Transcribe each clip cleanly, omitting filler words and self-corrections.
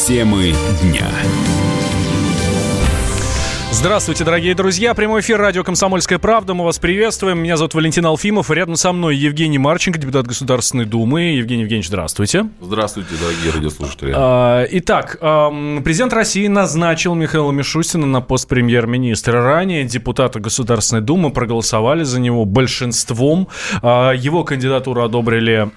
Темы дня. Здравствуйте, дорогие друзья. Прямой эфир радио «Комсомольская правда». Мы вас приветствуем. Меня зовут Валентин Алфимов. Рядом со мной Евгений Марченко, депутат Государственной Думы. Евгений Евгеньевич, здравствуйте. Здравствуйте, дорогие радиослушатели. Итак, президент России назначил Михаила Мишустина на пост премьер-министра. Ранее депутаты Государственной Думы проголосовали за него большинством. Его кандидатуру одобрили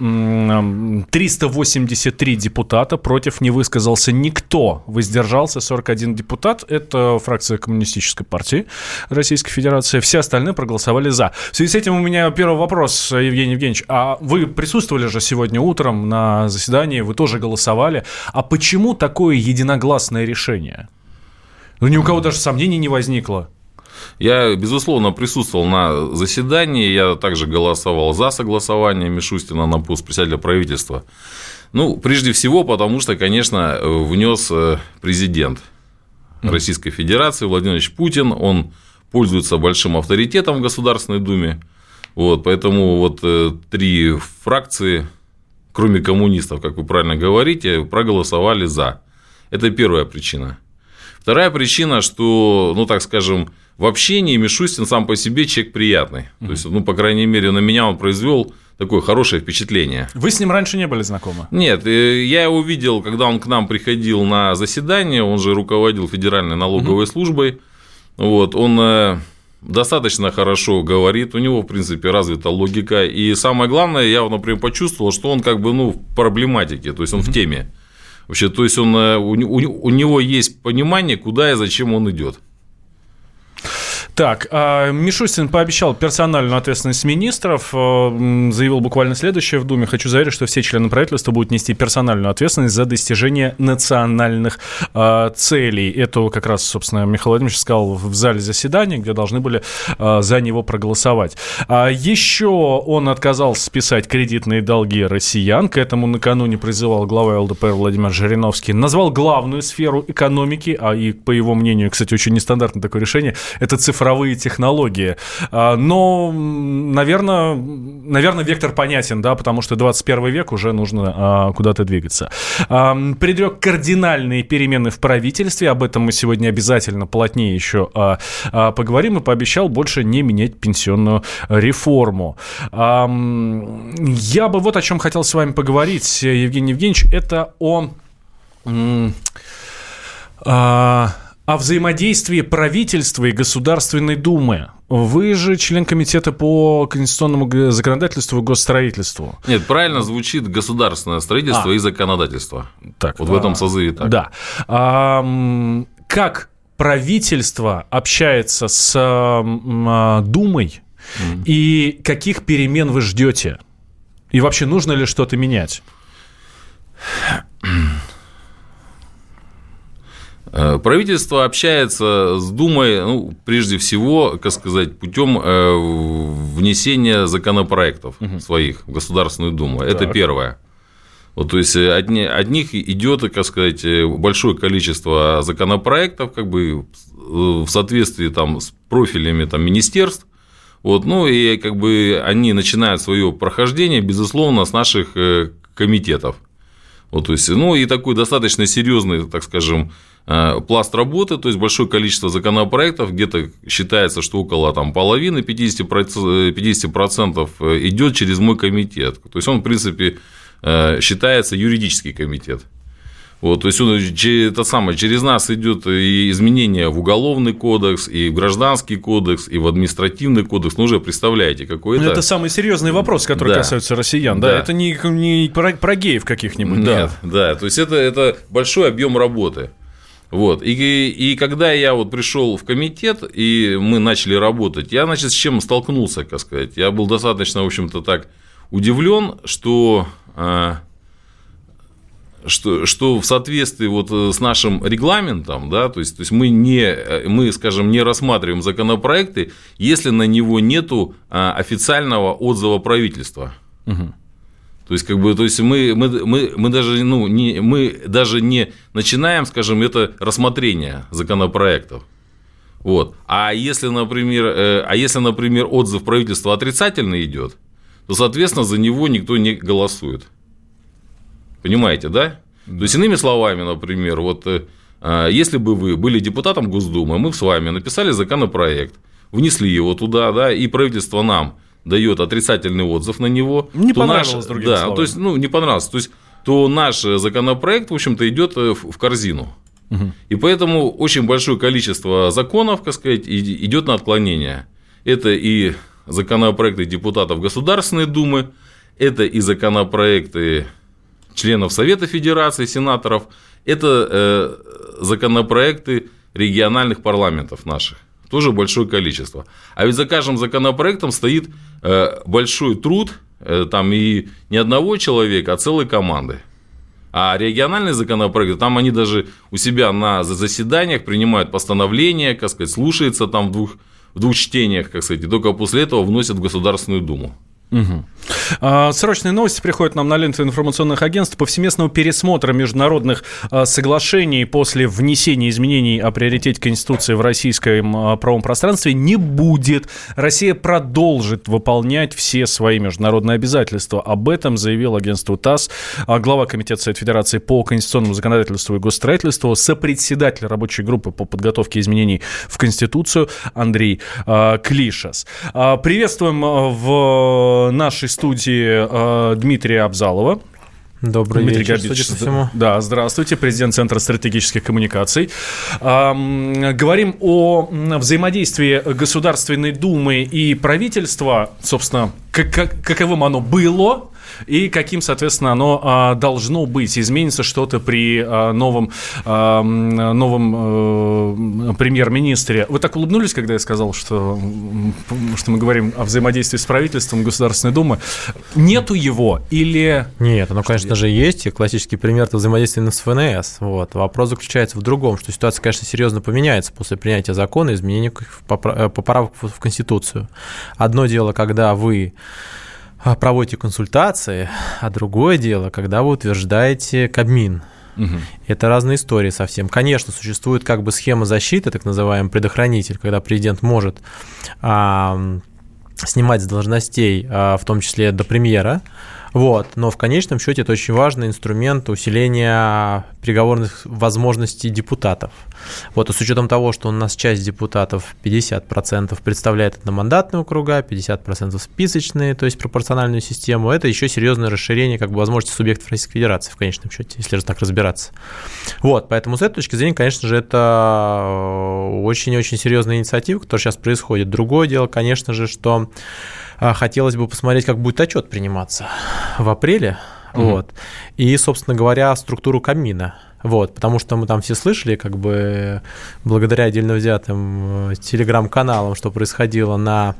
383 депутата. Против не высказался никто. Воздержался 41 депутат. Это фракция Коммунистической партии Российской Федерации. Все остальные проголосовали за. В связи с этим у меня первый вопрос, Евгений Евгеньевич. А вы присутствовали же сегодня утром на заседании, вы тоже голосовали. А почему такое единогласное решение? Ни у кого даже сомнений не возникло. Я, безусловно, присутствовал на заседании. Я также голосовал за согласование Мишустина на пост председателя правительства. Прежде всего, потому что, конечно, внес президент Российской Федерации Владимир Владимирович Путин. Он пользуется большим авторитетом в Государственной Думе. Поэтому три фракции, кроме коммунистов, как вы правильно говорите, проголосовали за. Это первая причина. Вторая причина, что, в общении Мишустин сам по себе человек приятный. То есть, по крайней мере, на меня он произвел такое хорошее впечатление. Вы с ним раньше не были знакомы? Нет, я его видел, когда он к нам приходил на заседание, он же руководил Федеральной налоговой службой. Он достаточно хорошо говорит, у него, в принципе, развита логика. И самое главное, я, например, почувствовал, что он в проблематике, то есть он в теме. Вообще, то есть у него есть понимание, куда и зачем он идет. Так, Мишустин пообещал персональную ответственность министров, заявил буквально следующее в Думе. Хочу заверить, что все члены правительства будут нести персональную ответственность за достижение национальных целей. Это как раз, собственно, Михаил Владимирович сказал в зале заседания, где должны были за него проголосовать. Еще он отказался списать кредитные долги россиян. К этому накануне призывал глава ЛДПР Владимир Жириновский. Назвал главную сферу экономики, и, по его мнению, кстати, очень нестандартное такое решение, это цифровые технологии. Но, наверное, вектор понятен, да, потому что 21 век уже нужно куда-то двигаться. Предрек кардинальные перемены в правительстве. Об этом мы сегодня обязательно плотнее еще поговорим. И пообещал больше не менять пенсионную реформу. Я бы вот о чем хотел с вами поговорить, Евгений Евгеньевич. Это о взаимодействии правительства и Государственной Думы. Вы же член комитета по конституционному законодательству и госстроительству. Нет, правильно звучит государственное строительство и законодательство. Так, в этом созыве так. Да. Как правительство общается с Думой и каких перемен вы ждете? И вообще нужно ли что-то менять? Правительство общается с Думой, прежде всего, путем внесения законопроектов своих в Государственную Думу. Это первое. То есть от них идет, большое количество законопроектов, в соответствии с профилями министерств. И они начинают свое прохождение, безусловно, с наших комитетов. И такой достаточно серьезный, пласт работы, то есть большое количество законопроектов, где-то считается, что около половины, 50% идет через мой комитет. То есть он, в принципе, считается юридический комитет. То есть он через нас идет и изменения в Уголовный кодекс, и в Гражданский кодекс, и в Административный кодекс. Уже представляете, какой это... Это самый серьезный вопрос, который касается россиян. Да. Это не про геев каких-нибудь. Нет, да. То есть это большой объем работы. И когда я пришел в комитет, и мы начали работать, я, с чем столкнулся, Я был достаточно, в общем-то, так удивлен, что в соответствии с нашим регламентом, да, то есть мы, не рассматриваем законопроекты, если на него нету официального отзыва правительства. То есть, мы даже не начинаем, это рассмотрение законопроектов. А если, например, отзыв правительства отрицательный идет, то, соответственно, за него никто не голосует. Понимаете, да? То есть, иными словами, например, вот если бы вы были депутатом Госдумы, мы с вами написали законопроект, внесли его туда, да, и правительство нам дает отрицательный отзыв на него. Не понравилось, другими словами. То есть, не понравилось. То есть, то наш законопроект, в общем-то, идет в корзину. И поэтому очень большое количество законов, так сказать, идет на отклонение. Это и законопроекты депутатов Государственной Думы, это и законопроекты членов Совета Федерации, сенаторов, это законопроекты региональных парламентов наших. Тоже большое количество. А ведь за каждым законопроектом стоит большой труд, там и не одного человека, а целой команды. А региональные законопроекты, там они даже у себя на заседаниях принимают постановления, как сказать, слушаются там в двух чтениях, как сказать, и только после этого вносят в Государственную Думу. Срочные новости приходят нам на ленту информационных агентств. Повсеместного пересмотра международных соглашений после внесения изменений о приоритете Конституции в российском правовом пространстве не будет. Россия продолжит выполнять все свои международные обязательства. Об этом заявил агентству ТАСС глава Комитета Совета Федерации по конституционному законодательству и госстроительству, сопредседатель рабочей группы по подготовке изменений в Конституцию Андрей Клишас. Приветствуем в нашей студии Дмитрия Абзалова. Добрый вечер, судя по всему. Да, здравствуйте, президент Центра стратегических коммуникаций. Говорим о взаимодействии Государственной Думы и правительства, собственно, каковым оно было и каким, соответственно, оно должно быть. Изменится что-то при новом премьер-министре. Вы так улыбнулись, когда я сказал, что мы говорим о взаимодействии с правительством Государственной Думы. Нету его или... Нет, оно, конечно же, есть. И классический пример – это взаимодействие с ФНС. Вот. Вопрос заключается в другом, что ситуация, конечно, серьезно поменяется после принятия закона и изменений поправок в Конституцию. Одно дело, когда вы проводите консультации, а другое дело, когда вы утверждаете Кабмин. Это разные истории совсем. Конечно, существует как бы схема защиты, так называемый предохранитель, когда президент может снимать с должностей, в том числе до премьера. Вот. Но в конечном счете это очень важный инструмент усиления переговорных возможностей депутатов. Вот. И с учетом того, что у нас часть депутатов 50% представляет одномандатные округа, 50% списочные, то есть пропорциональную систему, это еще серьезное расширение как бы возможностей субъектов Российской Федерации в конечном счете, если же так разбираться. Вот. Поэтому с этой точки зрения, конечно же, это очень-очень серьезная инициатива, которая сейчас происходит. Другое дело, конечно же, что хотелось бы посмотреть, как будет отчет приниматься в апреле, вот, и, собственно говоря, структуру Кабмина, вот, потому что мы там все слышали, как бы, благодаря отдельно взятым телеграм-каналам, что происходило на,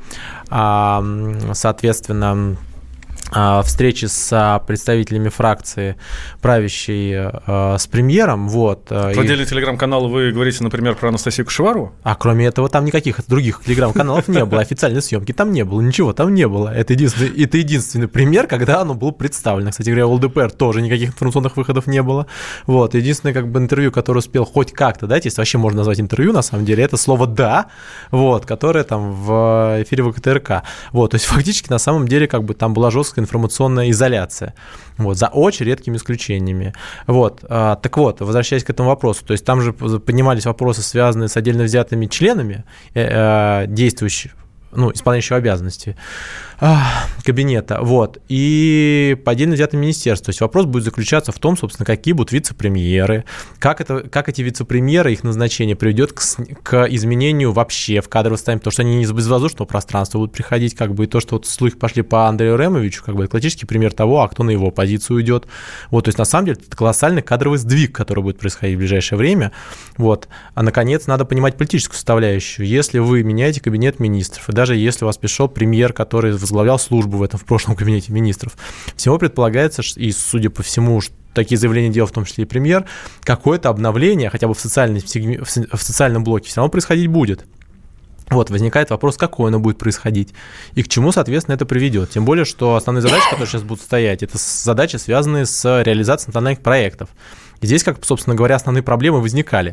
соответственно, встречи с представителями фракции правящей с премьером. Вот. В отделе телеграм-канала вы говорите, например, про Анастасию Кашеварову? А кроме этого там никаких других телеграм-каналов не было, официальной съемки там не было, ничего там не было. Это единственный пример, когда оно было представлено. Кстати говоря, у ЛДПР тоже никаких информационных выходов не было. Вот. Единственное как бы интервью, которое успел хоть как-то дать, если вообще можно назвать интервью, на самом деле, это слово «да», вот, которое там в эфире ВКТРК. Вот. То есть фактически на самом деле как бы там была жесткая информационная изоляция, вот, за очень редкими исключениями. Вот. Так вот, возвращаясь к этому вопросу, то есть там же поднимались вопросы, связанные с отдельно взятыми членами действующих, исполняющего обязанности кабинета, вот, и по отдельно взятым министерствам. То есть вопрос будет заключаться в том, собственно, какие будут вице-премьеры, как эти вице-премьеры, их назначение приведет к изменению вообще в кадровом состоянии, потому что они не из безвоздушного пространства будут приходить, как бы, и то, что вот слухи пошли по Андрею Ремовичу, как бы, это классический пример того, кто на его позицию уйдет. Вот, то есть, на самом деле, это колоссальный кадровый сдвиг, который будет происходить в ближайшее время, вот. А, наконец, надо понимать политическую составляющую. Если вы меняете кабинет министров, и даже если у вас пришел премьер, который возглавлял службу в прошлом кабинете министров, всего предполагается, и, судя по всему, такие заявления делал в том числе и премьер, какое-то обновление, хотя бы в социальном блоке, все равно происходить будет. Вот, возникает вопрос, какое оно будет происходить и к чему, соответственно, это приведет. Тем более, что основные задачи, которые сейчас будут стоять, это задачи, связанные с реализацией национальных проектов. И здесь, как, собственно говоря, основные проблемы возникали.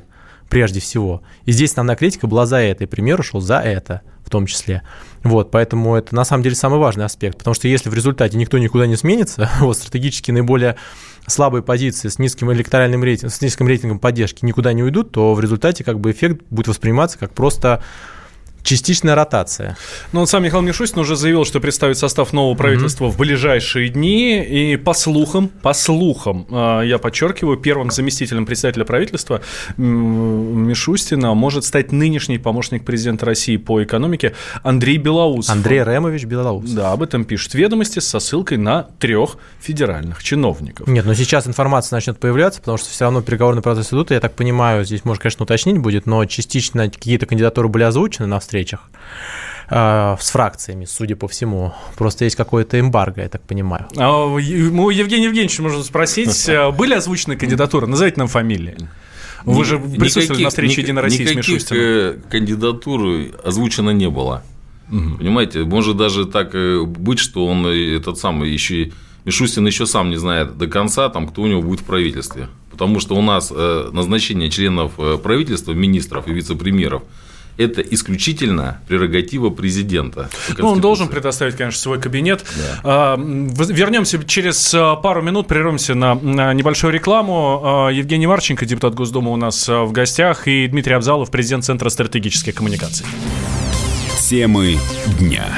прежде всего. И здесь основная критика была за это, и премьер ушел за это в том числе. Вот, поэтому это на самом деле самый важный аспект, потому что если в результате никто никуда не сменится, вот, стратегически наиболее слабые позиции с низким электоральным рейтингом, с низким рейтингом поддержки никуда не уйдут, то в результате как бы эффект будет восприниматься как просто частичная ротация. Ну, вот сам Михаил Мишустин уже заявил, что представит состав нового правительства в ближайшие дни. И по слухам, я подчеркиваю, первым заместителем председателя правительства Мишустина может стать нынешний помощник президента России по экономике Андрей Белоусов. Андрей Ремович Белоусов. Да, об этом пишут «Ведомости» со ссылкой на 3 федеральных чиновников. Нет, но сейчас информация начнет появляться, потому что все равно переговорный процесс идут. Я так понимаю, здесь, может, конечно, уточнить будет, но частично какие-то кандидатуры были озвучены на встречах с фракциями, судя по всему. Просто есть какое-то эмбарго, я так понимаю. У Евгения Евгеньевича можно спросить, были озвучены кандидатуры? Назовите нам фамилии. Вы же присутствовали на встрече «Единой России» с Мишустиным. Никаких кандидатур озвучено не было. Понимаете, может даже так быть, что он Мишустин еще сам не знает до конца, кто у него будет в правительстве. Потому что у нас назначение членов правительства, министров и вице-премьеров, это исключительно прерогатива президента. Он должен предоставить, конечно, свой кабинет. Да. Вернемся через пару минут, прервемся на небольшую рекламу. Евгений Марченко, депутат Госдумы, у нас в гостях, и Дмитрий Абзалов, президент Центра стратегических коммуникаций. Темы дня.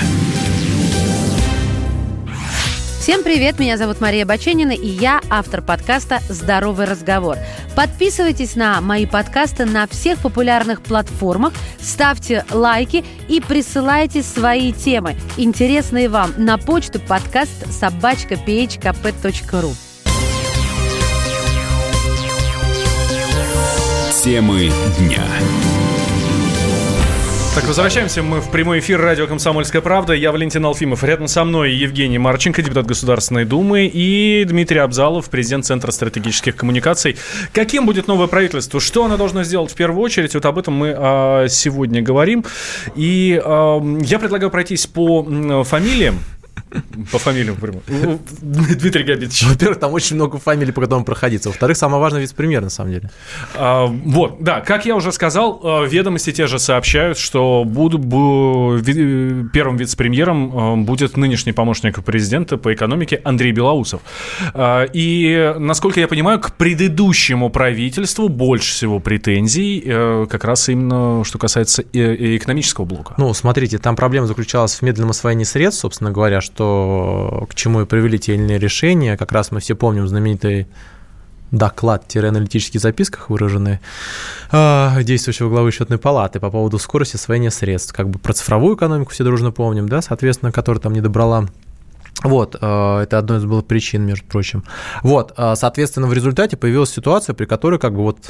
Всем привет, меня зовут Мария Баченина, и я автор подкаста «Здоровый разговор». Подписывайтесь на мои подкасты на всех популярных платформах, ставьте лайки и присылайте свои темы, интересные вам, на почту podcast@phkp.ru. Темы дня. Так, возвращаемся мы в прямой эфир радио «Комсомольская правда». Я Валентин Алфимов. Рядом со мной Евгений Марченко, депутат Государственной Думы, и Дмитрий Абзалов, президент Центра стратегических коммуникаций. Каким будет новое правительство? Что оно должно сделать в первую очередь? Вот об этом мы сегодня говорим. И я предлагаю пройтись по фамилиям. По фамилиям прямо. Дмитрий Габитович. Во-первых, там очень много фамилий, по которым проходиться. Во-вторых, самый важный вице-премьер, на самом деле. Вот, да, как я уже сказал, «Ведомости» те же сообщают, что первым вице-премьером будет нынешний помощник президента по экономике Андрей Белоусов. И, насколько я понимаю, к предыдущему правительству больше всего претензий как раз именно, что касается экономического блока. Ну, смотрите, там проблема заключалась в медленном освоении средств, собственно говоря, что к чему и привели те или иные решения. Как раз мы все помним знаменитый доклад-аналитических записках, выраженный действующего главы счетной палаты по поводу скорости освоения средств. Как бы про цифровую экономику все дружно помним, да, соответственно, которая там не добрала. Вот, это одной из было причин, между прочим. Вот, соответственно, в результате появилась ситуация, при которой как бы вот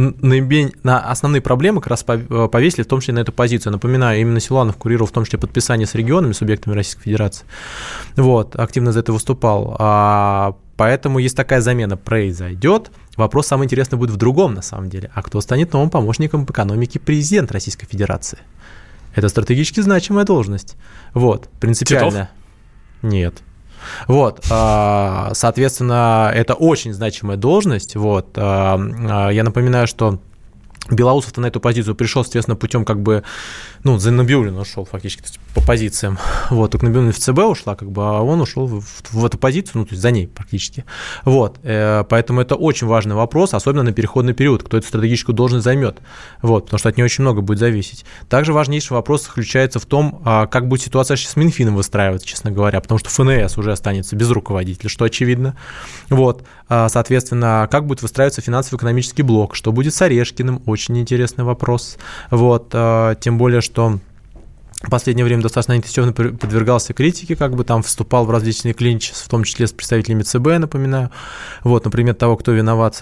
на основные проблемы как раз повесили, в том числе на эту позицию. Напоминаю, именно Силуанов курировал в том числе подписание с регионами, субъектами Российской Федерации. Вот, активно за это выступал. Поэтому есть такая замена произойдет. Вопрос самый интересный будет в другом, на самом деле. А кто станет новым помощником по экономике президента Российской Федерации? Это стратегически значимая должность. Вот, принципиально. Титов? Нет. Вот, соответственно, это очень значимая должность. Вот, я напоминаю, что Белоусов-то на эту позицию пришел, соответственно, путем как бы, за Набиуллина ушел фактически, то есть по позициям. Вот, только Набиуллина в ЦБ ушла, как бы, а он ушел в эту позицию, то есть за ней практически. Вот, поэтому это очень важный вопрос, особенно на переходный период, кто эту стратегическую должность займет. Вот, потому что от нее очень много будет зависеть. Также важнейший вопрос заключается в том, как будет ситуация с Минфином выстраиваться, честно говоря, потому что ФНС уже останется без руководителя, что очевидно. Вот, соответственно, как будет выстраиваться финансово-экономический блок, что будет с Орешкиным, очень интересный вопрос. Вот, тем более, что в последнее время достаточно интенсивно подвергался критике, как бы там вступал в различные клинчи, в том числе с представителями ЦБ, напоминаю. Вот, например, того, кто виноват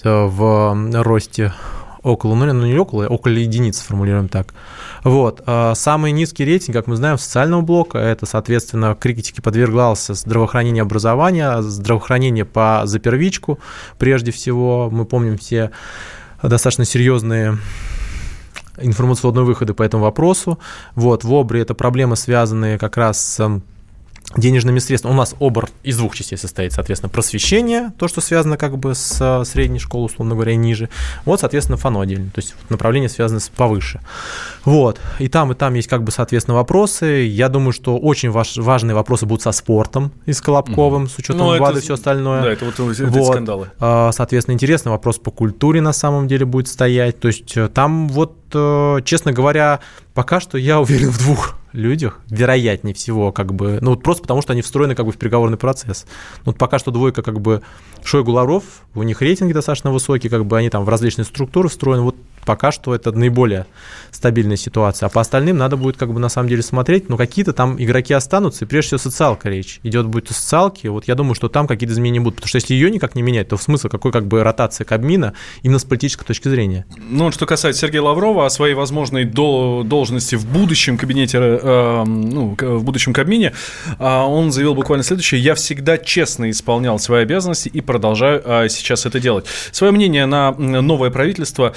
в росте около единицы, формулируем так. Вот. Самый низкий рейтинг, как мы знаем, социального блока, это, соответственно, критике подвергался здравоохранение и образование, здравоохранение за первичку, прежде всего. Мы помним все достаточно серьезные информационные выходы по этому вопросу. Вот, в ОБРе это проблемы, связанные как раз с денежными средствами. У нас ОБР из двух частей состоит, соответственно, просвещение, то, что связано как бы с средней школой, условно говоря, и ниже. Вот, соответственно, ФАНО отдельно, то есть направление связано с повыше. Вот, и там есть как бы, соответственно, вопросы. Я думаю, что очень важные вопросы будут со спортом и с Колобковым, с учетом ВАДА и все остальное. Да, это вот эти скандалы. Соответственно, интересный вопрос по культуре на самом деле будет стоять. То есть там вот, честно говоря, пока что я уверен в двух людях, вероятнее всего, как бы, ну вот просто потому, что они встроены как бы в переговорный процесс. Ну, вот пока что двойка как бы Шойгу, Лавров, у них рейтинги достаточно высокие, как бы они там в различные структуры встроены, вот пока что это наиболее стабильная ситуация. А по остальным надо будет как бы на самом деле смотреть, но какие-то там игроки останутся, и прежде всего социалка речь. Идет будет о социалке, вот я думаю, что там какие-то изменения будут, потому что если ее никак не менять, то в смысл какой как бы ротация Кабмина именно с политической точки зрения. Ну, вот что касается Сергея Лаврова, о своей возможной должности в будущем кабинете, в будущем Кабмине, он заявил буквально следующее: «Я всегда честно исполнял свои обязанности и продолжаю сейчас это делать». Свое мнение на новое правительство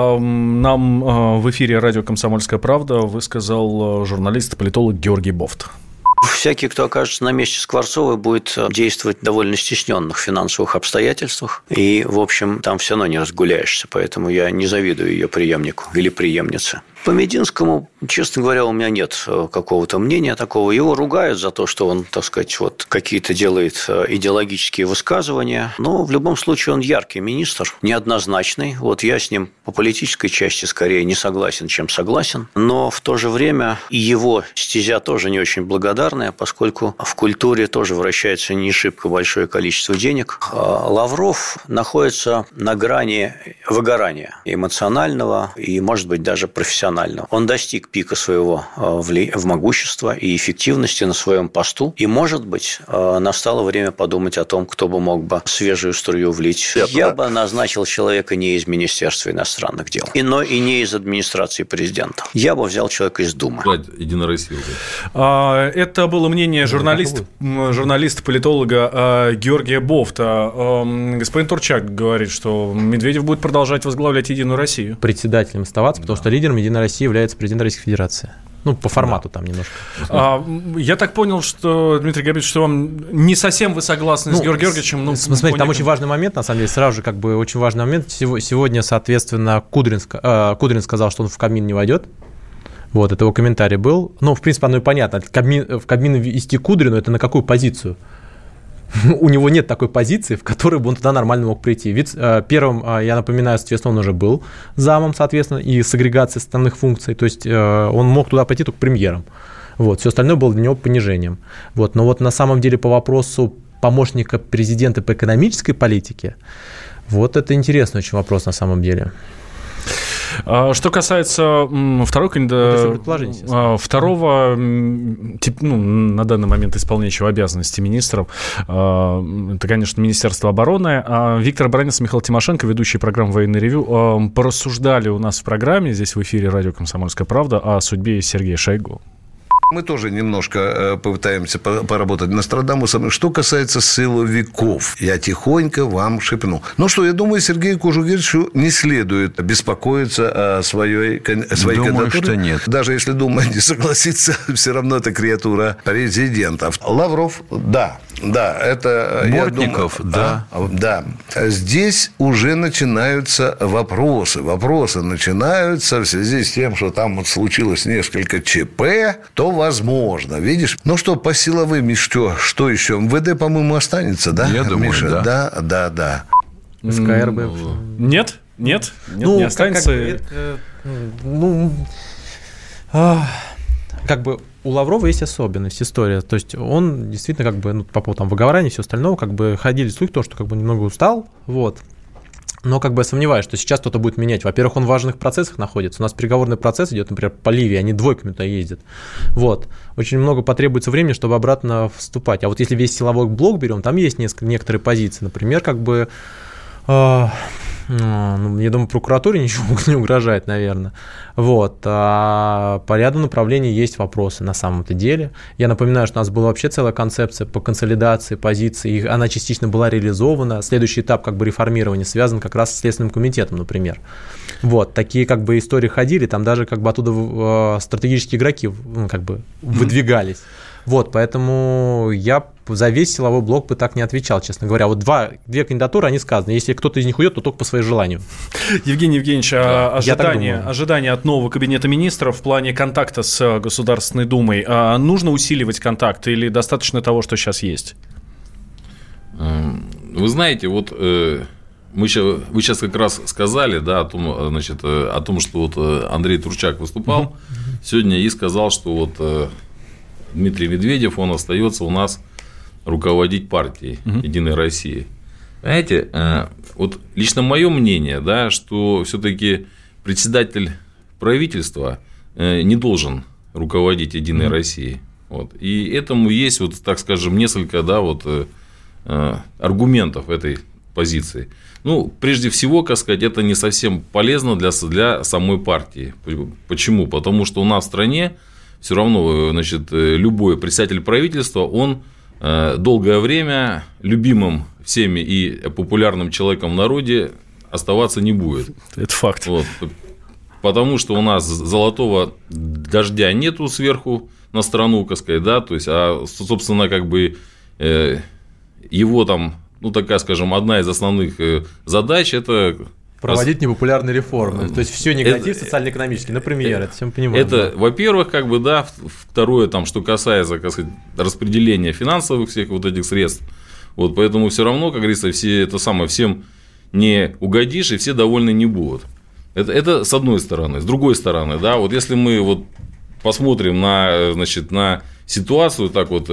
нам в эфире радио «Комсомольская правда» высказал журналист и политолог Георгий Бофт. Всякий, кто окажется на месте Скворцовой, будет действовать в довольно стесненных финансовых обстоятельствах. И, в общем, там все равно не разгуляешься. Поэтому я не завидую ее преемнику или преемнице. По Мединскому, честно говоря, у меня нет какого-то мнения такого. Его ругают за то, что он, так сказать, вот какие-то делает идеологические высказывания. Но в любом случае он яркий министр, неоднозначный. Вот я с ним по политической части скорее не согласен, чем согласен. Но в то же время и его стезя тоже не очень благодарная, поскольку в культуре тоже вращается не шибко большое количество денег. Лавров находится на грани выгорания эмоционального и, может быть, даже профессионального. Он достиг пика своего могущества и эффективности на своем посту. И, может быть, настало время подумать о том, кто бы мог бы свежую струю влить. Я бы назначил человека не из Министерства иностранных дел, но и не из администрации президента. Я бы взял человека из Думы. Единая Россия. Это было мнение журналиста-политолога Георгия Бофта. Господин Турчак говорит, что Медведев будет продолжать возглавлять Единую Россию. Председателем оставаться, потому что лидером Единой России является президент Российской Федерации. Ну, по формату там немножко. Я так понял, что, Дмитрий Габитович, что вам не совсем вы согласны с Георгием Георгиевичем. Смотрите, там очень важный момент, на самом деле, сразу же как бы очень важный момент. Сегодня, соответственно, Кудрин сказал, что он в Кабмин не войдет. Вот, это его комментарий был. Ну, в принципе, оно и понятно. В Кабмин вести Кудрину – это на какую позицию? У него нет такой позиции, в которой бы он туда нормально мог прийти. Ведь первым, я напоминаю, соответственно, он уже был замом, соответственно, и с агрегацией основных функций. То есть он мог туда пойти только премьером. Вот, все остальное было для него понижением. Вот, но вот на самом деле по вопросу помощника президента по экономической политике, вот это интересный очень вопрос на самом деле. Что касается второго, на данный момент исполняющего обязанности министром, это, конечно, Министерство обороны. Виктор Баранец и Михаил Тимошенко, ведущие программы «Военный ревью», порассуждали у нас в программе, здесь в эфире радио «Комсомольская правда», о судьбе Сергея Шойгу. Мы тоже немножко попытаемся поработать Нострадамусом. Что касается силовиков, я тихонько вам шепну. Ну что, я думаю, Сергею Кожугетовичу не следует беспокоиться о своей кандидатуре. Думаю, что нет. Даже если Дума не согласится, все равно это криатура президента. Лавров, да, это... Бортников, да. Здесь уже начинаются вопросы. Вопросы начинаются в связи с тем, что там вот случилось несколько ЧП, то возможно. Видишь? Ну что, по силовым, что еще? МВД, по-моему, останется, да? Я думаю, Миша? Да. СКРБ. Нет, не останется. Как бы у Лаврова есть особенность, история. То есть он действительно как бы, по поводу там выговаривания и всего остального, как бы ходили слухи, что как бы немного устал, вот. Но как бы я сомневаюсь, что сейчас кто-то будет менять. Во-первых, он в важных процессах находится. У нас переговорный процесс идет, например, по Ливии, они двойками туда ездят. Вот. Очень много потребуется времени, чтобы обратно вступать. А вот если весь силовой блок берем, там есть некоторые позиции. Например, как бы... я думаю, прокуратуре ничего не угрожает, наверное. Вот. А по ряду направлений есть вопросы на самом-то деле. Я напоминаю, что у нас была вообще целая концепция по консолидации позиций, и она частично была реализована. Следующий этап как бы реформирования связан как раз с Следственным комитетом, например. Вот. Такие как бы истории ходили, там даже как бы оттуда стратегические игроки как бы выдвигались. Вот, поэтому я за весь силовой блок бы так не отвечал, честно говоря. Вот две кандидатуры, они сказаны. Если кто-то из них уйдет, то только по своему желанию. Евгений Евгеньевич, ожидания от нового кабинета министров в плане контакта с Государственной Думой. Нужно усиливать контакт или достаточно того, что сейчас есть? Вы знаете, вот вы сейчас как раз сказали, да, о том, что вот Андрей Турчак выступал сегодня и сказал, что вот Дмитрий Медведев, он остается у нас руководить партией «Единой России». Знаете, вот лично мое мнение, да, что все-таки председатель правительства не должен руководить «Единой Россией». Вот. И этому есть, вот, так скажем, несколько, да, вот, аргументов этой позиции. Ну, прежде всего, как сказать, это не совсем полезно для самой партии. Почему? Потому что у нас в стране все равно, значит, любой председатель правительства, он долгое время любимым всеми и популярным человеком в народе оставаться не будет. Это факт. Вот. Потому что у нас золотого дождя нету сверху на страну, так сказать, да, то есть, собственно, как бы его там, ну, такая, скажем, одна из основных задач – это проводить непопулярные реформы. То есть, все негатив социально-экономический, например, это все мы понимаем. Это, во-первых, как бы, да, второе, там, что касается, как сказать, распределения финансовых всех вот этих средств. Вот, поэтому все равно, как говорится, всем не угодишь, и все довольны не будут. Это с одной стороны. С другой стороны, да, вот если мы вот посмотрим на ситуацию так вот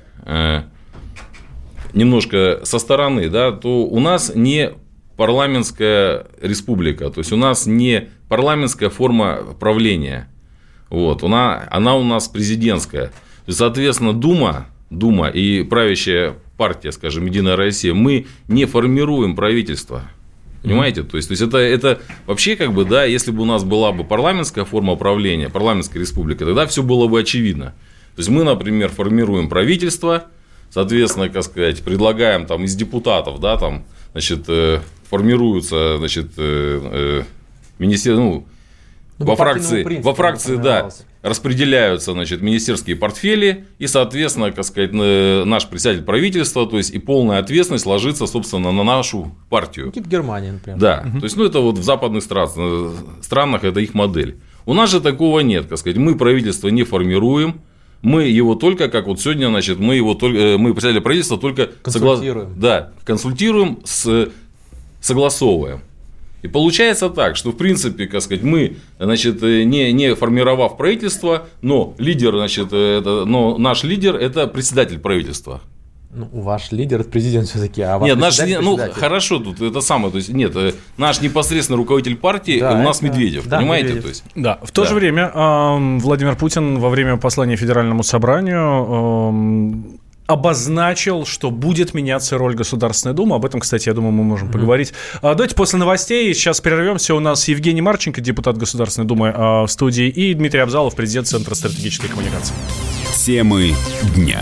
немножко со стороны, да, то у нас не парламентская республика, то есть у нас не парламентская форма правления, вот, она у нас президентская. Соответственно, Дума и правящая партия, скажем, «Единая Россия», мы не формируем правительство. Понимаете? То есть это вообще, как бы, да, если бы у нас была бы парламентская форма правления, парламентская республика, тогда все было бы очевидно. То есть мы, например, формируем правительство, соответственно, как сказать, предлагаем там из депутатов, да, там, значит, формируются, значит, министерства, во фракции, да, распределяются, значит, министерские портфели, и, соответственно, как сказать, наш председатель правительства, то есть и полная ответственность ложится, собственно, на нашу партию. Типа Германия, например. Да, то есть, это вот в западных странах это их модель. У нас же такого нет, как сказать, мы правительство не формируем. Мы его только, как вот сегодня, значит, мы председателя правительства только консультируем, согласовываем. И получается так, что, в принципе, как сказать, мы, значит, не формировав правительство, но наш лидер – это председатель правительства. Ну, ваш лидер – это президент все-таки, а ваш хорошо, тут это самое, то есть, нет, наш непосредственный руководитель партии у нас Медведев, понимаете? Медведев. То есть, да, в то же время Владимир Путин во время послания Федеральному собранию обозначил, что будет меняться роль Государственной Думы. Об этом, кстати, я думаю, мы можем поговорить. Давайте после новостей. Сейчас прервемся. У нас Евгений Марченко, депутат Государственной Думы, в студии, и Дмитрий Абзалов, президент Центра стратегической коммуникации. Темы дня.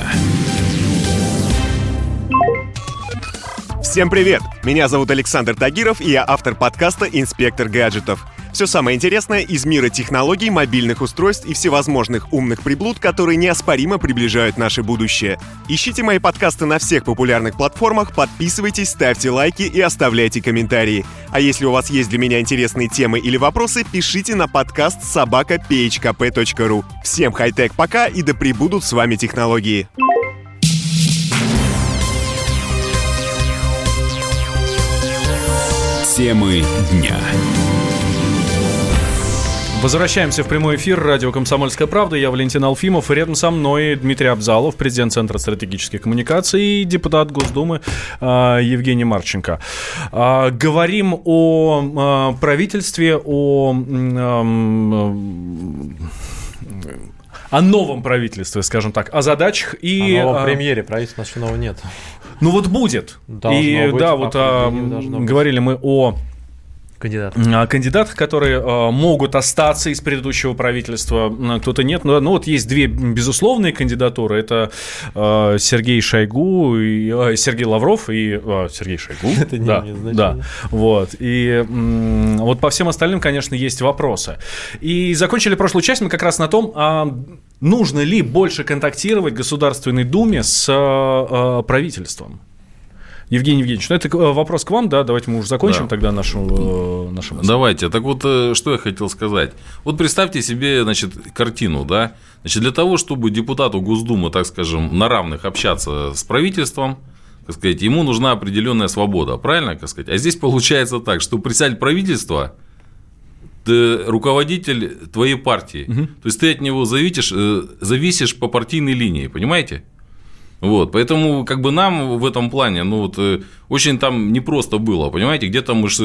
Всем привет! Меня зовут Александр Тагиров, и я автор подкаста «Инспектор гаджетов». Все самое интересное из мира технологий, мобильных устройств и всевозможных умных приблуд, которые неоспоримо приближают наше будущее. Ищите мои подкасты на всех популярных платформах, подписывайтесь, ставьте лайки и оставляйте комментарии. А если у вас есть для меня интересные темы или вопросы, пишите на подкаст @phkp.ru. Всем хай-тек пока, и да пребудут с вами технологии. Темы дня. Возвращаемся в прямой эфир. Радио «Комсомольская правда». Я Валентин Алфимов. И рядом со мной Дмитрий Абзалов, президент Центра стратегических коммуникаций, и депутат Госдумы Евгений Марченко. Говорим о правительстве, о новом правительстве, скажем так, о задачах и... О новом премьере. Правительства еще нового нет. Ну вот будет. Должно быть, да, вот говорили мы о кандидатах, которые могут остаться из предыдущего правительства, кто-то нет. Но вот есть две безусловные кандидатуры. Это Сергей Шойгу, Сергей Лавров и Сергей Шойгу. Это не имеет значения. Да. Вот. И вот по всем остальным, конечно, есть вопросы. И закончили прошлую часть мы как раз на том, нужно ли больше контактировать в Государственной Думе с правительством. Евгений Евгеньевич, это вопрос к вам, да? Давайте мы уже закончим тогда нашу Давайте. Так вот, что я хотел сказать. Вот представьте себе, значит, картину, да? Значит, для того, чтобы депутату Госдумы, так скажем, на равных общаться с правительством, так сказать, ему нужна определенная свобода, правильно, так сказать? А здесь получается так, что председатель правительства – ты руководитель твоей партии, то есть ты от него зависишь по партийной линии, понимаете? Вот, поэтому как бы нам в этом плане, очень там непросто было, понимаете, где-то мы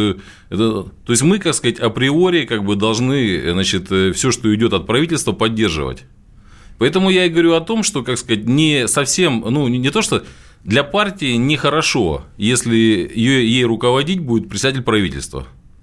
то есть мы, как сказать, априори как бы должны, значит, все, что идет от правительства, поддерживать. Поэтому я и говорю о том, что, как сказать, не совсем, не то, что для партии нехорошо, если ей руководить будет председатель правительства.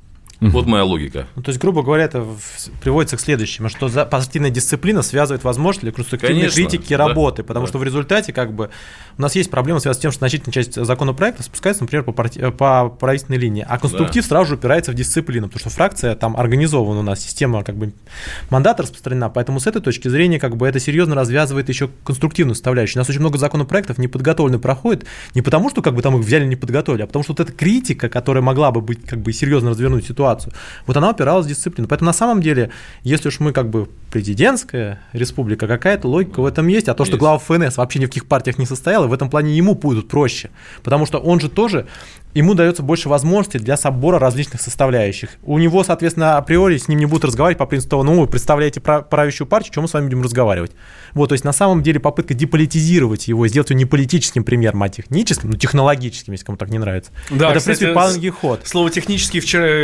Вот моя логика. То есть, грубо говоря, это приводится к следующему, что партийная дисциплина связывает возможность для конструктивной критики работы, потому что в результате как бы у нас есть проблема, связанная с тем, что значительная часть законопроекта спускается, например, по правительственной линии, а конструктив сразу же упирается в дисциплину, потому что фракция там организована у нас, система как бы мандата распространена, поэтому с этой точки зрения как бы это серьезно развязывает еще конструктивную составляющую. У нас очень много законопроектов неподготовленно проходит, не потому что как бы там их взяли не подготовили, а потому что вот эта критика, которая могла бы быть как бы серьезно развернуть ситуацию, вот она упиралась в дисциплину. Поэтому на самом деле, если уж мы как бы президентская республика, какая-то логика в этом есть, а то, что глава ФНС вообще ни в каких партиях не состоял, и в этом плане ему будет проще, потому что он же тоже, ему дается больше возможностей для собора различных составляющих. У него, соответственно, априори с ним не будут разговаривать по принципу того, вы представляете правящую партию, чем мы с вами будем разговаривать. Вот, то есть на самом деле попытка деполитизировать его, сделать его не политическим примером, а техническим, технологическим, если кому так не нравится. Да, это, кстати, в принципе, паланский ход. Слово «технический»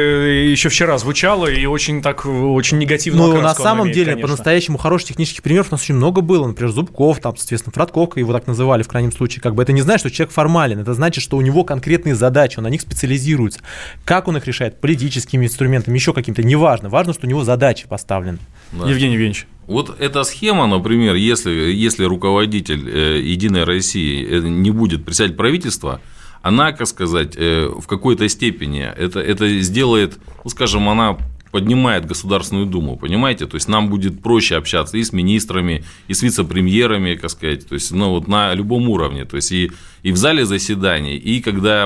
еще вчера звучало и очень негативно окраску. Ну, на самом имеет, деле, конечно. по-настоящему хороших технических примеров у нас очень много было. Например, Зубков, там, соответственно, Фродков, его так называли в крайнем случае. Как бы это не значит, что человек формален, это значит, что у него конкретные задачи, он на них специализируется. Как он их решает? Политическими инструментами, еще каким-то, неважно. Важно, что у него задачи поставлены. Да. Евгений Евгеньевич. Вот эта схема, например, если руководитель «Единой России» не будет председатель правительства, она, как сказать, в какой-то степени это сделает, скажем, она поднимает Государственную Думу, понимаете? То есть нам будет проще общаться и с министрами, и с вице-премьерами, как сказать, то есть на любом уровне, то есть и в зале заседаний, и когда,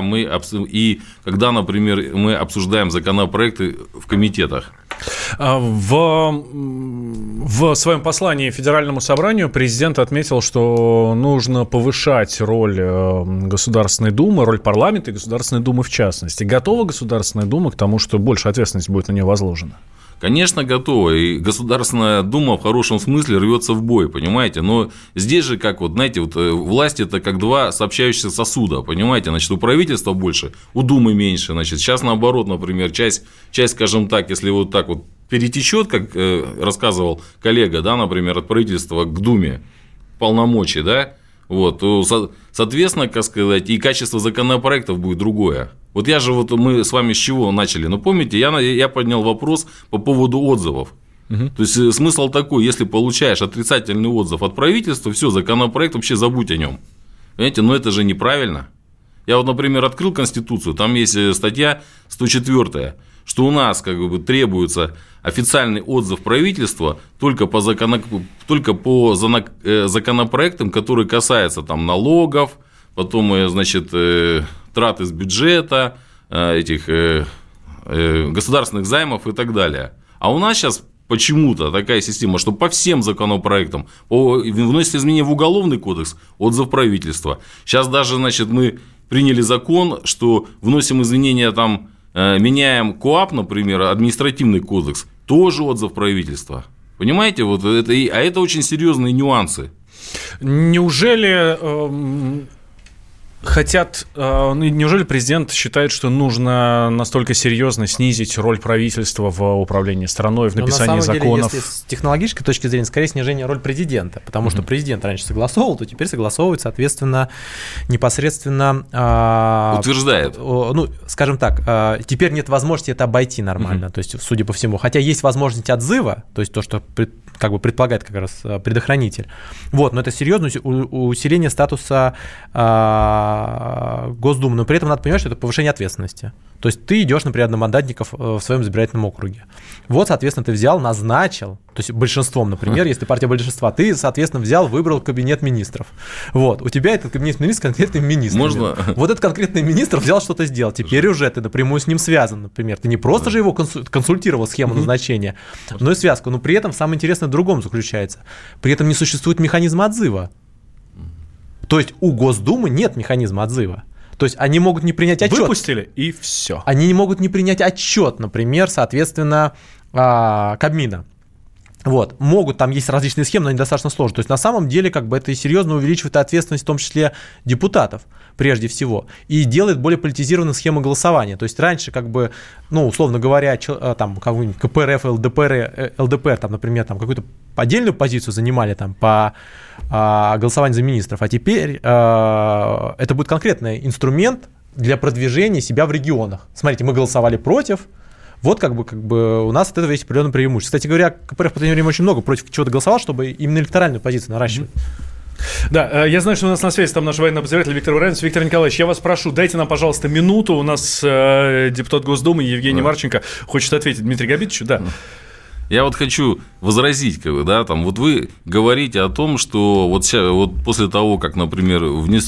например, мы обсуждаем законопроекты в комитетах. В своем послании Федеральному собранию президент отметил, что нужно повышать роль Государственной Думы, роль парламента и Государственной Думы в частности. Готова Государственная Дума к тому, что больше ответственности будет на нее возложена? Конечно, готова. И Государственная Дума в хорошем смысле рвется в бой, понимаете? Но здесь же, как власть – это как два сообщающихся сосуда, понимаете? Значит, у правительства больше, у Думы меньше. Значит, сейчас наоборот, например, часть, скажем так, если вот так вот перетечет, как рассказывал коллега, да, например, от правительства к Думе полномочий, да, вот, то, соответственно, как сказать, и качество законопроектов будет другое. Вот мы с вами с чего начали? Ну, помните, я поднял вопрос по поводу отзывов. То есть смысл такой: если получаешь отрицательный отзыв от правительства, все, законопроект, вообще забудь о нем. Понимаете, но это же неправильно. Я например, открыл Конституцию, там есть статья 104, что у нас как бы требуется официальный отзыв правительства только по законопроектам, которые касаются там налогов, потом, значит, трат из бюджета, этих государственных займов и так далее. А у нас сейчас почему-то такая система, что по всем законопроектам вносится изменения в Уголовный кодекс, отзыв правительства. Сейчас даже, значит, мы приняли закон, что вносим изменения там, меняем КоАП, например, административный кодекс, тоже отзыв правительства. Понимаете, вот это, а это очень серьезные нюансы. Неужели хотят... Неужели президент считает, что нужно настолько серьезно снизить роль правительства в управлении страной, в написании законов? На самом деле, если с технологической точки зрения, скорее снижение роли президента, потому что президент раньше согласовывал, то теперь согласовывает, соответственно, непосредственно... Утверждает. Ну, скажем так, теперь нет возможности это обойти нормально, то есть, судя по всему. Хотя есть возможность отзыва, то есть то, что как бы предполагает как раз предохранитель. Вот, но это серьезное усиление статуса Госдумы. Но при этом надо понимать, что это повышение ответственности. То есть ты идешь, например, одномандатников в своем избирательном округе. Вот, соответственно, ты взял, назначил, то есть большинством, например, если партия большинства, ты, соответственно, взял, выбрал кабинет министров. Вот, у тебя этот кабинет министров с конкретным министром. Можно? Вот этот конкретный министр взял что-то сделал. Теперь уже ты напрямую с ним связан, например. Ты не просто же его консультировал схему назначения, но и связку. Но при этом самое интересное в другом заключается. При этом не существует механизма отзыва. То есть у Госдумы нет механизма отзыва. То есть они могут не принять отчет. Выпустили, и все. Они не могут не принять отчет, например, соответственно, Кабмина. Вот. Могут, там есть различные схемы, но они достаточно сложные. То есть на самом деле как бы это серьезно увеличивает ответственность, в том числе депутатов, прежде всего, и делает более политизированную схему голосования. То есть раньше, как бы, ну, условно говоря, там какой-нибудь КПРФ, ЛДПР, там, например, там какую-то отдельную позицию занимали там по голосованию за министров, а теперь это будет конкретный инструмент для продвижения себя в регионах. Смотрите, мы голосовали против. Вот как бы у нас от этого есть определенное преимущество. Кстати говоря, КПРФ в последнее время очень много против чего-то голосовал, чтобы именно электоральную позицию наращивать. Да, я знаю, что у нас на связи там наш военный обозреватель Виктор Баранец. Виктор Николаевич, я вас прошу, дайте нам, пожалуйста, минуту. У нас депутат Госдумы Евгений Марченко хочет ответить Дмитрию Габитовичу. Да. Я вот хочу возразить, как бы, да, там, вот вы говорите о том, что вот после того, как, например,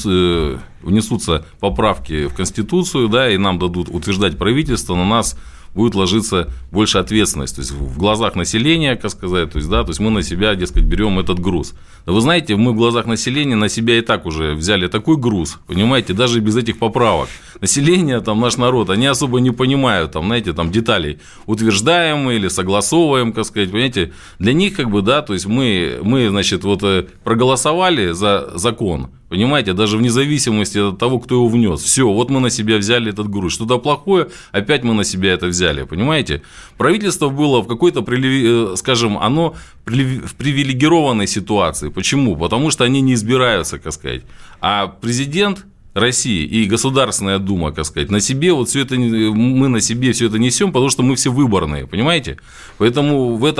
внесутся поправки в Конституцию, да, и нам дадут утверждать правительство, на нас будет ложиться больше ответственность, то есть в глазах населения, как сказать, то есть, да, то есть мы на себя, дескать, берем этот груз. Да вы знаете, мы в глазах населения на себя и так уже взяли такой груз, понимаете, даже без этих поправок. Население, там, наш народ, они особо не понимают, там, знаете, там, деталей, утверждаем мы или согласовываем, как сказать, понимаете, для них, как бы, да, то есть мы значит, вот проголосовали за закон, понимаете, даже вне зависимости от того, кто его внес. Все, вот мы на себя взяли этот груз. Что-то плохое, опять мы на себя это взяли, понимаете? Правительство было в какой-то, скажем, оно в привилегированной ситуации. Почему? Потому что они не избираются, как сказать. А президент России и Государственная Дума, как сказать, на себе вот все это, мы на себе все это несем, потому что мы все выборные, понимаете? Поэтому в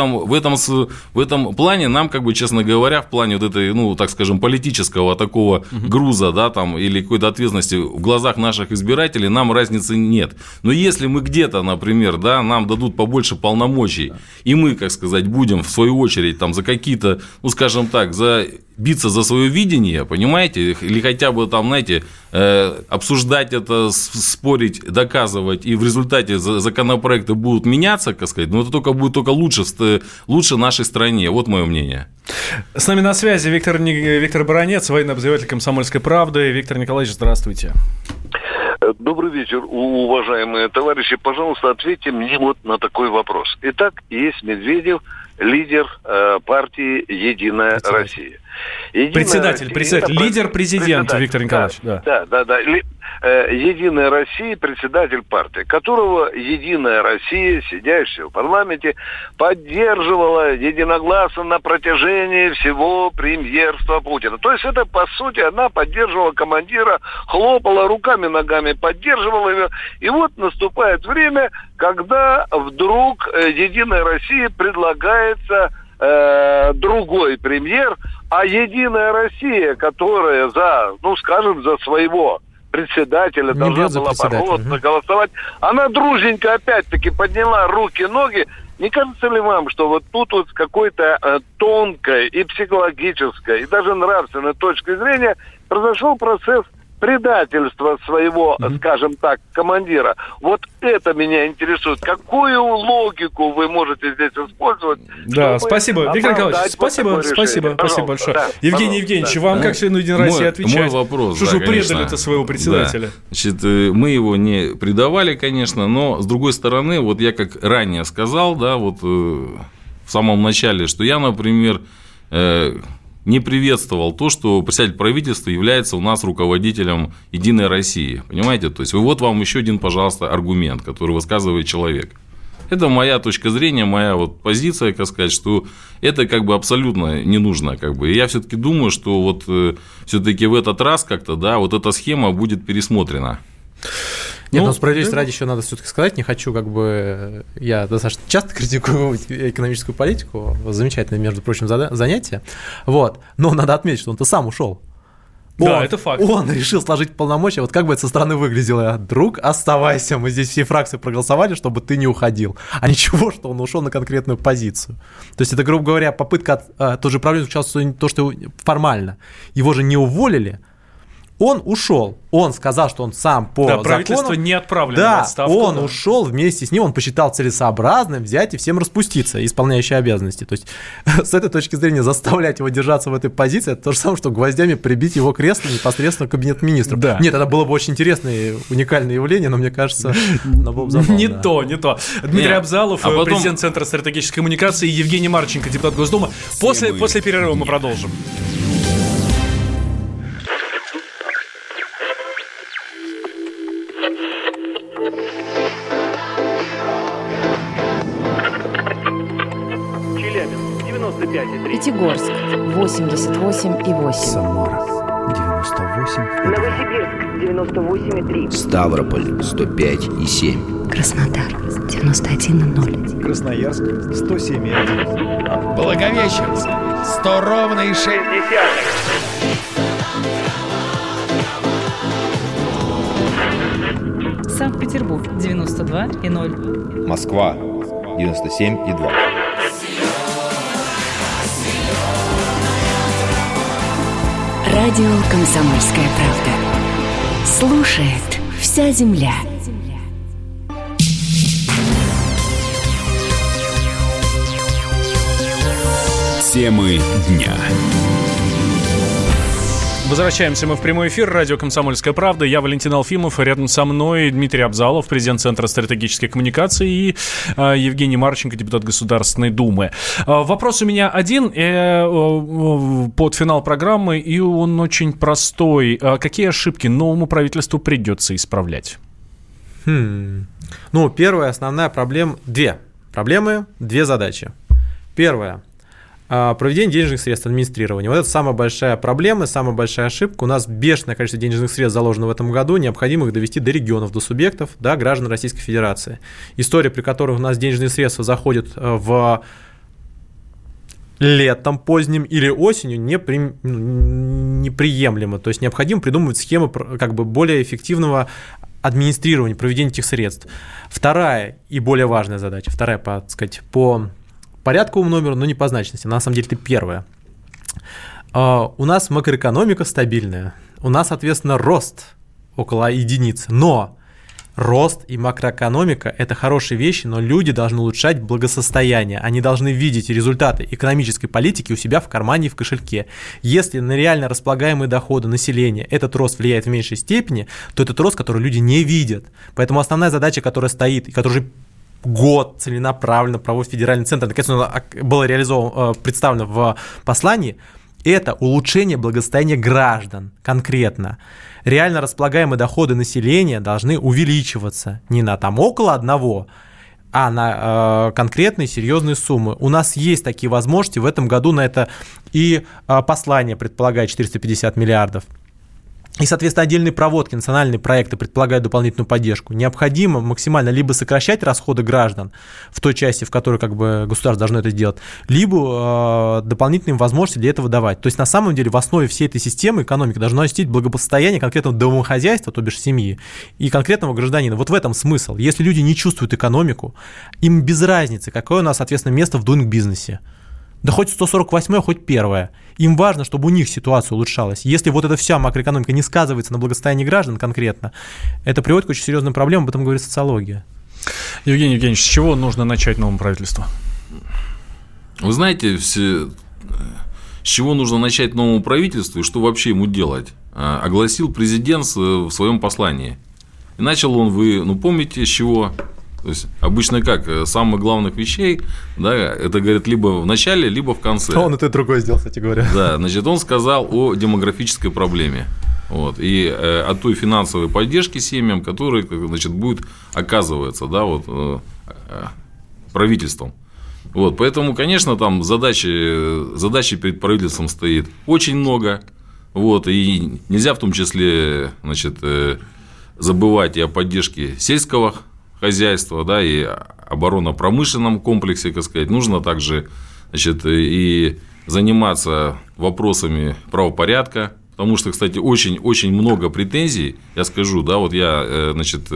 этом плане нам, как бы, честно говоря, в плане вот этой, ну, так скажем, политического такого груза, да, там, или какой-то ответственности в глазах наших избирателей нам разницы нет. Но если мы где-то, например, да, нам дадут побольше полномочий, и мы, как сказать, будем в свою очередь там за какие-то, ну, скажем так, биться за свое видение, понимаете, или хотя бы там, знаете, обсуждать это, спорить, доказывать, и в результате законопроекты будут меняться, как сказать, но это будет только лучше нашей стране. Вот мое мнение. С нами на связи Виктор Баранец, военный обозреватель «Комсомольской правды». Виктор Николаевич, здравствуйте. Добрый вечер, уважаемые товарищи. Пожалуйста, ответьте мне вот на такой вопрос. Итак, есть Медведев, лидер партии «Единая Россия». Председатель, лидер президента, Виктор Николаевич. Да. «Единая Россия», председатель партии, которого «Единая Россия», сидящая в парламенте, поддерживала единогласно на протяжении всего премьерства Путина. То есть это, по сути, она поддерживала командира, хлопала руками, ногами, поддерживала его. И вот наступает время, когда вдруг «Единая Россия» предлагается другой премьер, а «Единая Россия», которая за своего председателя должна была бороться, голосовать, она дружненько опять-таки подняла руки, ноги. Не кажется ли вам, что вот тут вот с какой-то тонкой и психологической, и даже нравственной точки зрения произошел процесс предательства своего, скажем так, командира? Вот это меня интересует. Какую логику вы можете здесь использовать? Да, спасибо, Виктор Николаевич, спасибо большое. Да, Евгений Евгеньевич, вам как члену «Единой России» отвечать? Мой вопрос, что же вы предали-то своего председателя? Да. Значит, мы его не предавали, конечно, но, с другой стороны, вот я как ранее сказал, да, вот в самом начале, что я, например, не приветствовал то, что председатель правительства является у нас руководителем «Единой России». Понимаете? То есть, вот вам еще один, пожалуйста, аргумент, который высказывает человек. Это моя точка зрения, моя вот позиция, как сказать, что это как бы абсолютно не нужно. Как бы. И я все-таки думаю, что вот все-таки в этот раз как-то, да, вот эта схема будет пересмотрена. Нет, но справедливости ради еще надо все-таки сказать, не хочу, как бы, я достаточно часто критикую экономическую политику, замечательное, между прочим, занятие, вот, но надо отметить, что он-то сам ушел. Да, это факт. Он решил сложить полномочия. Вот как бы это со стороны выглядело? Друг, оставайся, мы здесь все фракции проголосовали, чтобы ты не уходил. А ничего, что он ушел на конкретную позицию. То есть это, грубо говоря, попытка, тоже проблема заключалась в том, что формально его же не уволили, он ушел. Он сказал, что он сам по закону... правительство не отправлено в отставку. Он ушел вместе с ним, он посчитал целесообразным взять и всем распуститься, исполняющие обязанности. То есть с этой точки зрения заставлять его держаться в этой позиции, это то же самое, что гвоздями прибить его кресло непосредственно в кабинет министров. Да. Нет, это было бы очень интересное, уникальное явление, но мне кажется, оно было бы забавно. Не то. Дмитрий Абзалов, президент Центра стратегической коммуникации, Евгений Марченко, депутат Госдумы. После перерыва мы продолжим. Пятигорск 88,8. Самара 98,2. Новосибирск 98,3. Ставрополь 105,7. Краснодар 91,0. Красноярск 107,1. Благовещенск 100,6. Санкт-Петербург 92,0. Москва 97,2. Радио «Комсомольская правда». Слушает вся земля. Темы дня. Возвращаемся мы в прямой эфир. Радио «Комсомольская правда». Я Валентин Алфимов. Рядом со мной Дмитрий Абзалов, президент Центра стратегической коммуникации, и Евгений Марченко, депутат Государственной Думы. Вопрос у меня один под финал программы, и он очень простой. Какие ошибки новому правительству придется исправлять? Ну, первая основная проблема, две проблемы, две задачи. Первая. Проведение денежных средств, администрирование. Вот это самая большая проблема, самая большая ошибка. У нас бешеное количество денежных средств заложено в этом году, необходимо их довести до регионов, до субъектов, до граждан Российской Федерации. История, при которой у нас денежные средства заходят в летом поздним или осенью, неприемлемо. То есть необходимо придумывать схемы как бы более эффективного администрирования, проведения этих средств. Вторая и более важная задача, по порядковому номеру, но не по значности. На самом деле это первое. У нас макроэкономика стабильная. У нас, соответственно, рост около единицы. Но рост и макроэкономика – это хорошие вещи, но люди должны улучшать благосостояние. Они должны видеть результаты экономической политики у себя в кармане и в кошельке. Если на реально располагаемые доходы населения этот рост влияет в меньшей степени, то это рост, который люди не видят. Поэтому основная задача, которая стоит, и которая уже год целенаправленно проводит федеральный центр, наконец было представлено в послании, это улучшение благосостояния граждан конкретно. Реально располагаемые доходы населения должны увеличиваться не на около 1, а на конкретные серьезные суммы. У нас есть такие возможности, в этом году на это и послание предполагает 450 миллиардов. И, соответственно, отдельные проводки, национальные проекты предполагают дополнительную поддержку. Необходимо максимально либо сокращать расходы граждан в той части, в которой государство должно это сделать, либо дополнительные возможности для этого давать. То есть, на самом деле, в основе всей этой системы экономики должно сидеть благосостояние конкретного домохозяйства, то бишь семьи, и конкретного гражданина. Вот в этом смысл. Если люди не чувствуют экономику, им без разницы, какое у нас, соответственно, место в дуинг-бизнесе. Да хоть 148-е, хоть 1-е. Им важно, чтобы у них ситуация улучшалась. Если вот эта вся макроэкономика не сказывается на благосостоянии граждан конкретно, это приводит к очень серьезным проблемам, об этом говорит социология. Евгений Евгеньевич, с чего нужно начать новому правительству? Вы знаете, с чего нужно начать новому правительству и что вообще ему делать, огласил президент в своем послании. И начал он, вы помните, с чего? То есть обычно как? Самых главных вещей, да, это говорит либо в начале, либо в конце. Он это другое сделал, кстати говоря. Да, значит, он сказал о демографической проблеме. Вот, и о той финансовой поддержке семьям, которая, значит, будет оказываться, да, вот, правительством. Вот, поэтому, конечно, там задачи перед правительством стоит очень много. Вот, и нельзя в том числе, значит, забывать и о поддержке сельского хозяйства, да, и оборонно-промышленном комплексе, так сказать. Нужно также, значит, и заниматься вопросами правопорядка. Потому что, кстати, очень много претензий, я скажу, да, вот я, значит,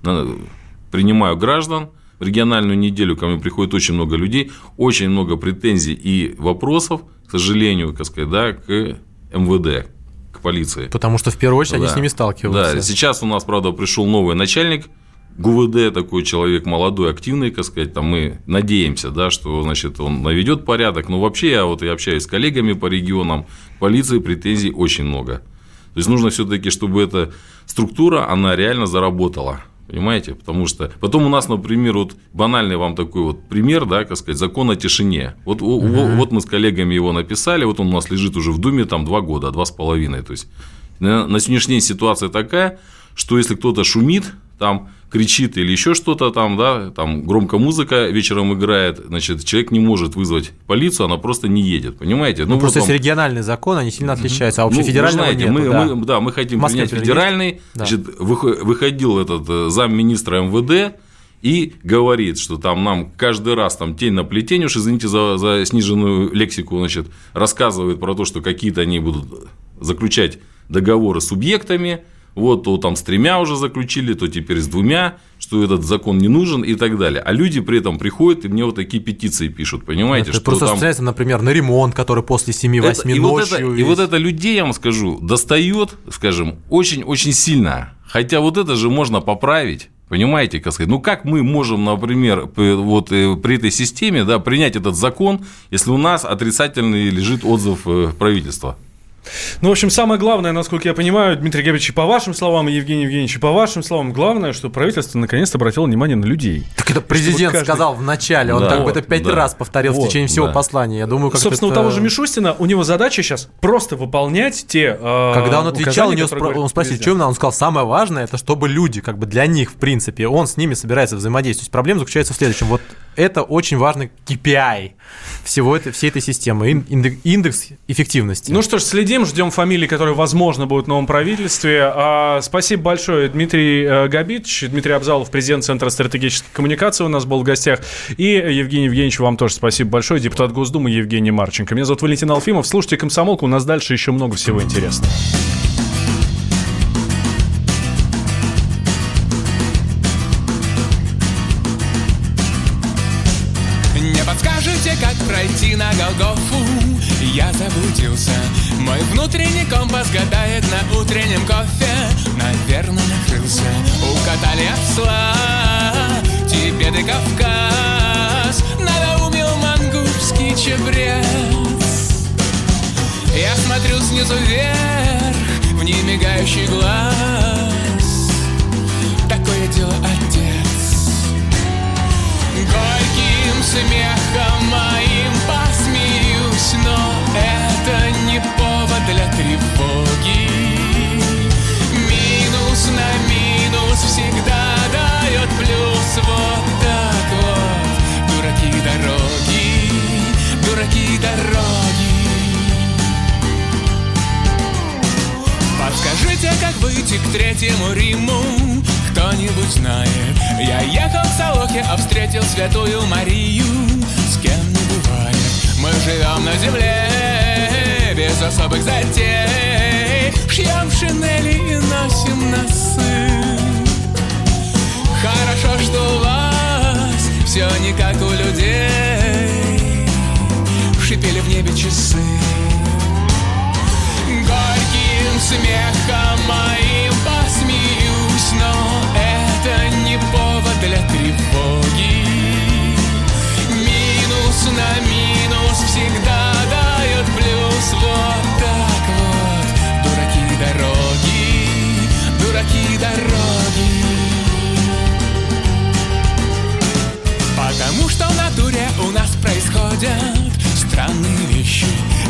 принимаю граждан, в региональную неделю ко мне приходит очень много людей, очень много претензий и вопросов, к сожалению, так сказать, да, к МВД, к полиции. Потому что, в первую очередь, они с ними сталкиваются. Да, сейчас у нас, правда, пришел новый начальник ГУВД, такой человек молодой, активный, так сказать, там мы надеемся, да, что, значит, он наведет порядок, но вообще я общаюсь с коллегами по регионам, полиции претензий очень много. То есть нужно все-таки, чтобы эта структура, она реально заработала, понимаете, потому что потом у нас, например, вот банальный вам такой вот пример, да, как сказать, закон о тишине. Вот мы с коллегами его написали, вот он у нас лежит уже в Думе там 2 года, 2,5, то есть на сегодняшний день ситуация такая, что если кто-то шумит, там кричит или еще что-то там, да, там громко музыка вечером играет, значит, человек не может вызвать полицию, она просто не едет, понимаете? Ну просто если региональный закон, они сильно отличаются, а общефедерального нету. Мы хотим принять федеральный, да. Значит, выходил этот замминистра МВД и говорит, что там нам каждый раз там тень на плетень, уж извините за сниженную лексику, значит, рассказывает про то, что какие-то они будут заключать договоры с субъектами. Вот, то там с 3 уже заключили, то теперь с 2, что этот закон не нужен и так далее. А люди при этом приходят и мне вот такие петиции пишут, понимаете? Это что просто там... встречается, например, на ремонт, который после 7-8 ночью. И вот это людей, я вам скажу, достает, скажем, очень-очень сильно. Хотя вот это же можно поправить. Понимаете, как сказать? Ну, как мы можем, например, вот при этой системе, да, принять этот закон, если у нас отрицательный лежит отзыв правительства? Ну, в общем, самое главное, насколько я понимаю, Дмитрий Габич, по вашим словам, и Евгений Евгеньевич, по вашим словам, главное, что правительство наконец-то обратило внимание на людей. Так это президент сказал в начале, он так бы это 5 раз повторил в течение всего послания. Я думаю, как собственно, у того же Мишустина, у него задача сейчас просто выполнять те Когда он отвечал, он спросил, что именно, он сказал, самое важное, это чтобы люди, как бы для них, в принципе, он с ними собирается взаимодействовать. Проблема заключается в следующем. Вот это очень важный KPI всей этой системы, индекс эффективности. Ну что ж, ждем фамилии, которые, возможно, будут в новом правительстве. Спасибо большое, Дмитрий Габич, Дмитрий Абзалов, президент Центра стратегической коммуникации у нас был в гостях. И Евгений Евгеньевич, вам тоже спасибо большое, депутат Госдумы Евгений Марченко. Меня зовут Валентин Алфимов. Слушайте «Комсомолку», у нас дальше еще много всего интересного. Не подскажете, как пройти на Голгофу? Я заблудился. Мой внутренний компас гадает на утреннем кофе. Наверное, накрылся. Укатали осла, Тибет и Кавказ. Надоумил мангубский чебрец. Я смотрю снизу вверх в немигающий глаз. Такое дело, отец. Горьким смехом моим посмеюсь, но это не повод для тревоги. Минус на минус всегда дает плюс. Вот так вот, дураки дороги. Подскажите, как выйти к Третьему Риму? Кто-нибудь знает? Я ехал в Солохе, а встретил Святую Марию. С кем не бывает. Мы живем на земле без особых затей. Шьем шинели и носим носы. Хорошо, что у вас все не как у людей. Шипели в небе часы. Горьким смехом моим посмеюсь, но это не повод для тревоги. Минус на минус всегда дает плюс. Вот так вот, дураки дороги.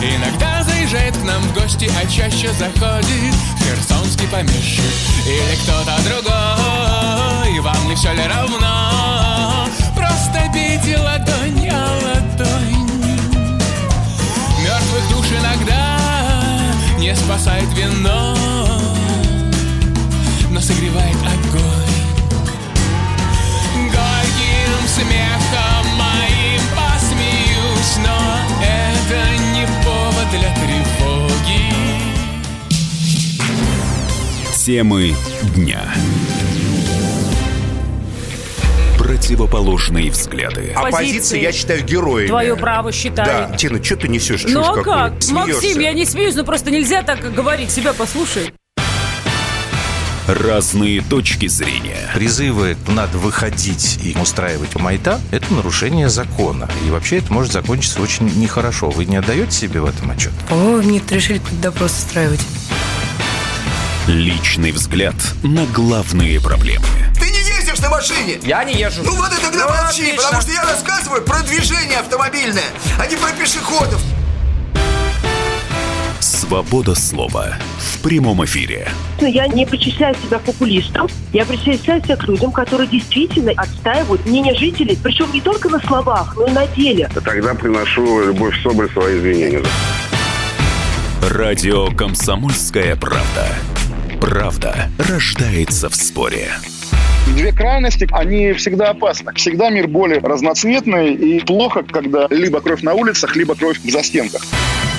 Иногда заезжает к нам в гости, а чаще заходит херсонский помещик или кто-то другой. Вам не все ли равно? Просто бейте ладонь о ладонь. Мертвых душ иногда не спасает вино, но согревает огонь. Горьким смехом моим посмеюсь, но это не повод для тревоги. Темы дня. Противоположные взгляды. Оппозиция, я считаю, героями. Твое право считаю. Да, Тина, что ты несешь? Ну а какую? как? Смеешься. Максим, я не смеюсь, но просто нельзя так говорить. Себя послушай. Разные точки зрения. Призывы «надо выходить и устраивать майдан» — это нарушение закона. И вообще это может закончиться очень нехорошо. Вы не отдаете себе в этом отчет? По-моему, нет, решили какой-то допрос устраивать. Личный взгляд на главные проблемы. Ты не ездишь на машине? Я не езжу. Ну вот и тогда молчи, отлично. потому что я рассказываю про движение автомобильное, а не про пешеходов. Свобода слова в прямом эфире. Я не причисляю себя к популистам. Я причисляю себя к людям, которые действительно отстаивают мнение жителей. Причем не только на словах, но и на деле. Тогда приношу Любовь Соболь свои извинения. Радио «Комсомольская правда». Правда рождается в споре. Две крайности, они всегда опасны. Всегда мир более разноцветный, и плохо, когда либо кровь на улицах, либо кровь в застенках.